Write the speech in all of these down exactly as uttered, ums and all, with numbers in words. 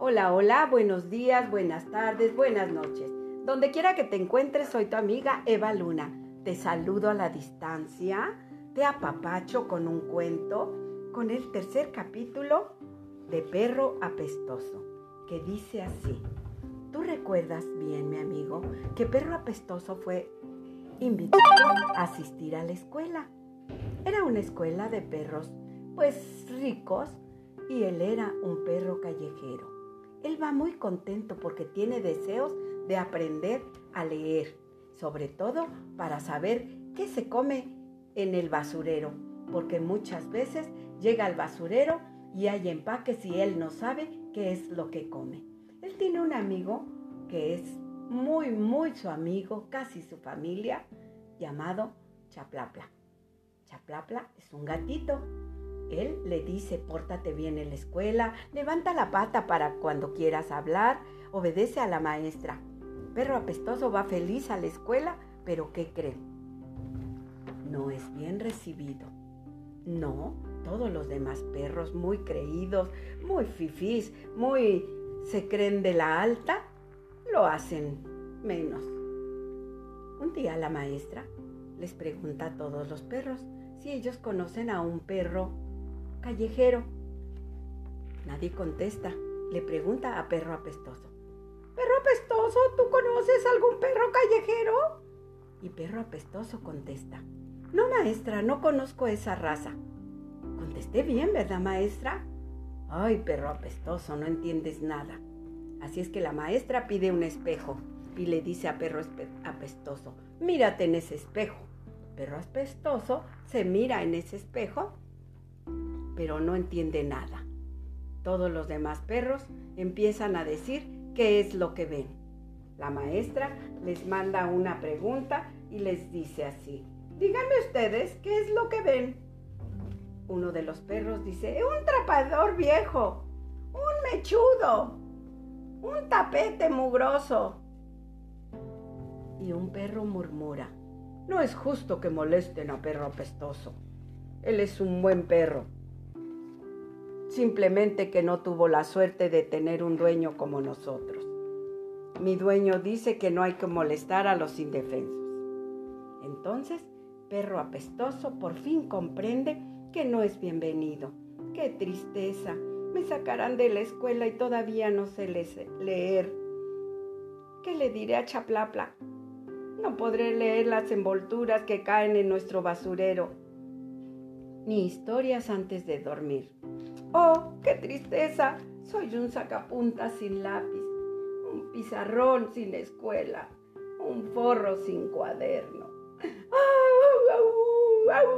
Hola, hola, buenos días, buenas tardes, buenas noches. Donde quiera que te encuentres, soy tu amiga Eva Luna. Te saludo a la distancia, te apapacho con un cuento, con el tercer capítulo de Perro Apestoso, que dice así. ¿Tú recuerdas bien, mi amigo, que Perro Apestoso fue invitado a asistir a la escuela? Era una escuela de perros, pues ricos, y él era un perro callejero. Él va muy contento porque tiene deseos de aprender a leer, sobre todo para saber qué se come en el basurero, porque muchas veces llega al basurero y hay empaques y él no sabe qué es lo que come. Él tiene un amigo que es muy, muy su amigo, casi su familia, llamado Chaplapla. Chaplapla es un gatito. Él le dice, pórtate bien en la escuela, levanta la pata para cuando quieras hablar, obedece a la maestra. Perro Apestoso va feliz a la escuela, pero ¿qué creen? No es bien recibido. No, todos los demás perros muy creídos, muy fifís, muy se creen de la alta, lo hacen menos. Un día la maestra les pregunta a todos los perros si ellos conocen a un perro callejero. Nadie contesta. Le pregunta a Perro Apestoso. Perro Apestoso, ¿tú conoces algún perro callejero? Y Perro Apestoso contesta. No, maestra, no conozco esa raza. Contesté bien, ¿verdad, maestra? Ay, Perro Apestoso, no entiendes nada. Así es que la maestra pide un espejo y le dice a Perro Apestoso, mírate en ese espejo. Perro Apestoso se mira en ese espejo, pero no entiende nada. Todos los demás perros empiezan a decir qué es lo que ven. La maestra les manda una pregunta y les dice así. Díganme ustedes qué es lo que ven. Uno de los perros dice, un trapador viejo, un mechudo, un tapete mugroso. Y un perro murmura, no es justo que molesten a Perro Apestoso. Él es un buen perro. Simplemente que no tuvo la suerte de tener un dueño como nosotros. Mi dueño dice que no hay que molestar a los indefensos. Entonces, Perro Apestoso por fin comprende que no es bienvenido. ¡Qué tristeza! Me sacarán de la escuela y todavía no sé leer. ¿Qué le diré a Chaplapla? No podré leer las envolturas que caen en nuestro basurero, ni historias antes de dormir. ¡Oh, qué tristeza! Soy un sacapuntas sin lápiz, un pizarrón sin escuela, un forro sin cuaderno. ¡Au, au,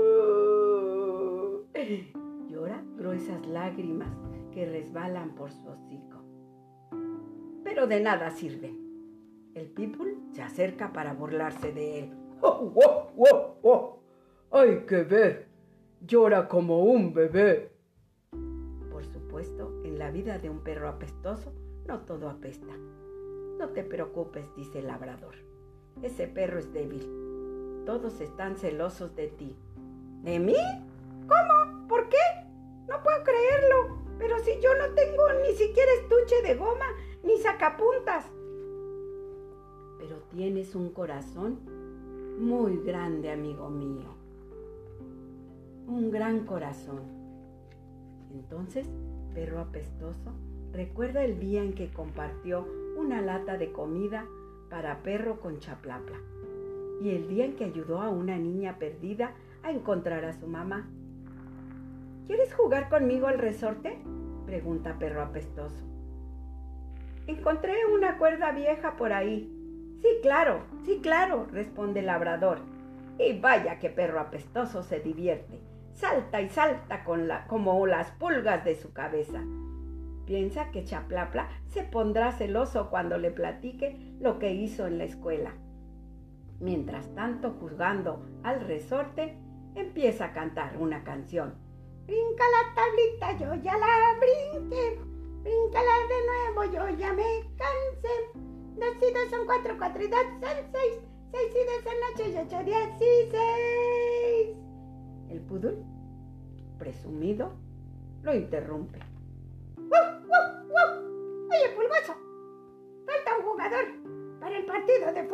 au! Llora gruesas lágrimas que resbalan por su hocico. Pero de nada sirve. El pitbull se acerca para burlarse de él. ¡Oh, oh, oh, oh! ¡Hay que ver! Llora como un bebé. Por supuesto, en la vida de un perro apestoso, no todo apesta. No te preocupes, dice el labrador. Ese perro es débil. Todos están celosos de ti. ¿De mí? ¿Cómo? ¿Por qué? No puedo creerlo. Pero si yo no tengo ni siquiera estuche de goma, ni sacapuntas. Pero tienes un corazón muy grande, amigo mío. Un gran corazón. Entonces, Perro Apestoso recuerda el día en que compartió una lata de comida para perro con Chaplapla y el día en que ayudó a una niña perdida a encontrar a su mamá. ¿Quieres jugar conmigo al resorte?, pregunta Perro Apestoso. Encontré una cuerda vieja por ahí. Sí, claro, sí, claro, responde el labrador. Y vaya que Perro Apestoso se divierte. Salta y salta con la, como las pulgas de su cabeza. Piensa que Chaplapla se pondrá celoso cuando le platique lo que hizo en la escuela. Mientras tanto, jugando al resorte, empieza a cantar una canción. Brinca la tablita, yo ya la brinqué. Bríncala de nuevo, yo ya me cansé. Dos y dos son cuatro, cuatro y dos son seis. Seis y dos son ocho y ocho, dieciséis. El poodle, presumido, lo interrumpe. ¡Wuf, wuf, wuf!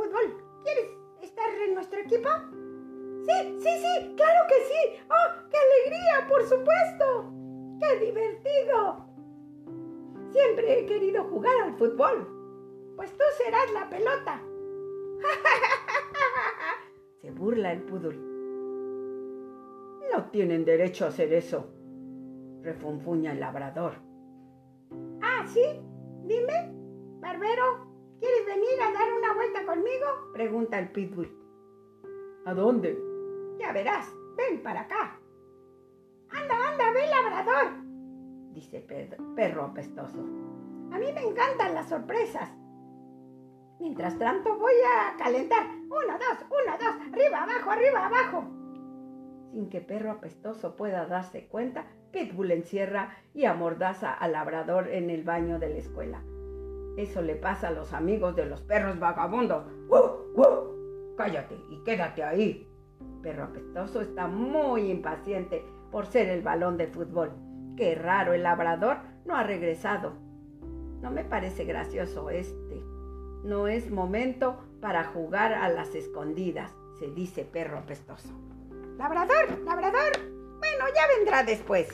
fútbol. ¿Quieres estar en nuestro equipo? Sí, sí, sí, claro que sí. ¡Oh, qué alegría, por supuesto! ¡Qué divertido! Siempre he querido jugar al fútbol. Pues tú serás la pelota. Se burla el poodle. No tienen derecho a hacer eso, refunfuña el labrador. Ah, ¿sí? Dime, barbero, ¿quieres venir a dar una vuelta conmigo? Pregunta el pitbull. ¿A dónde? Ya verás, ven para acá. Anda, anda, ve, labrador, dice Pedro, perro apestoso. A mí me encantan las sorpresas. Mientras tanto voy a calentar. Uno, dos, uno, dos, arriba, abajo, arriba, abajo. Sin que perro apestoso pueda darse cuenta, Pitbull encierra y amordaza al labrador en el baño de la escuela. Eso le pasa a los amigos de los perros vagabundos. ¡Wow! ¡Wow! Cállate y quédate ahí. Perro apestoso está muy impaciente por ser el balón de fútbol. Qué raro, el labrador no ha regresado. No me parece gracioso este. No es momento para jugar a las escondidas, se dice perro apestoso. Labrador, labrador, bueno, ya vendrá después.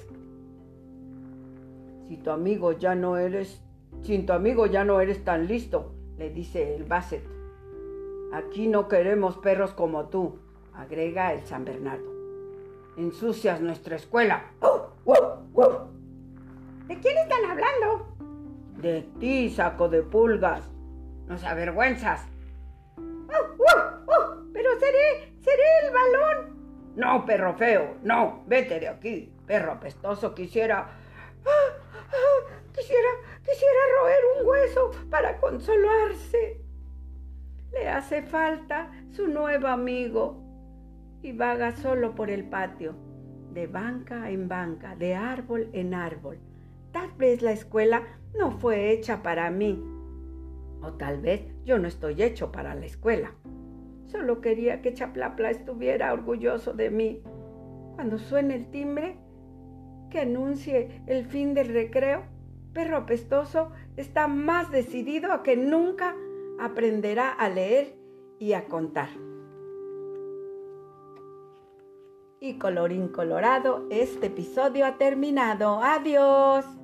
Si tu amigo ya no eres, sin tu amigo ya no eres tan listo, le dice el Basset. Aquí no queremos perros como tú, agrega el San Bernardo. Ensucias nuestra escuela. ¡Oh, wow, wow! ¿De quién están hablando? De ti, saco de pulgas. Nos avergüenzas. ¡Oh, oh, oh! Pero seré, seré el balón. No, perro feo, no, vete de aquí. Perro apestoso quisiera, ah, ah, quisiera, quisiera roer un hueso para consolarse. Le hace falta su nuevo amigo y vaga solo por el patio, de banca en banca, de árbol en árbol. Tal vez la escuela no fue hecha para mí, o tal vez yo no estoy hecho para la escuela. Solo quería que Chaplapla estuviera orgulloso de mí. Cuando suene el timbre que anuncie el fin del recreo, perro apestoso está más decidido a que nunca aprenderá a leer y a contar. Y colorín colorado, este episodio ha terminado. ¡Adiós!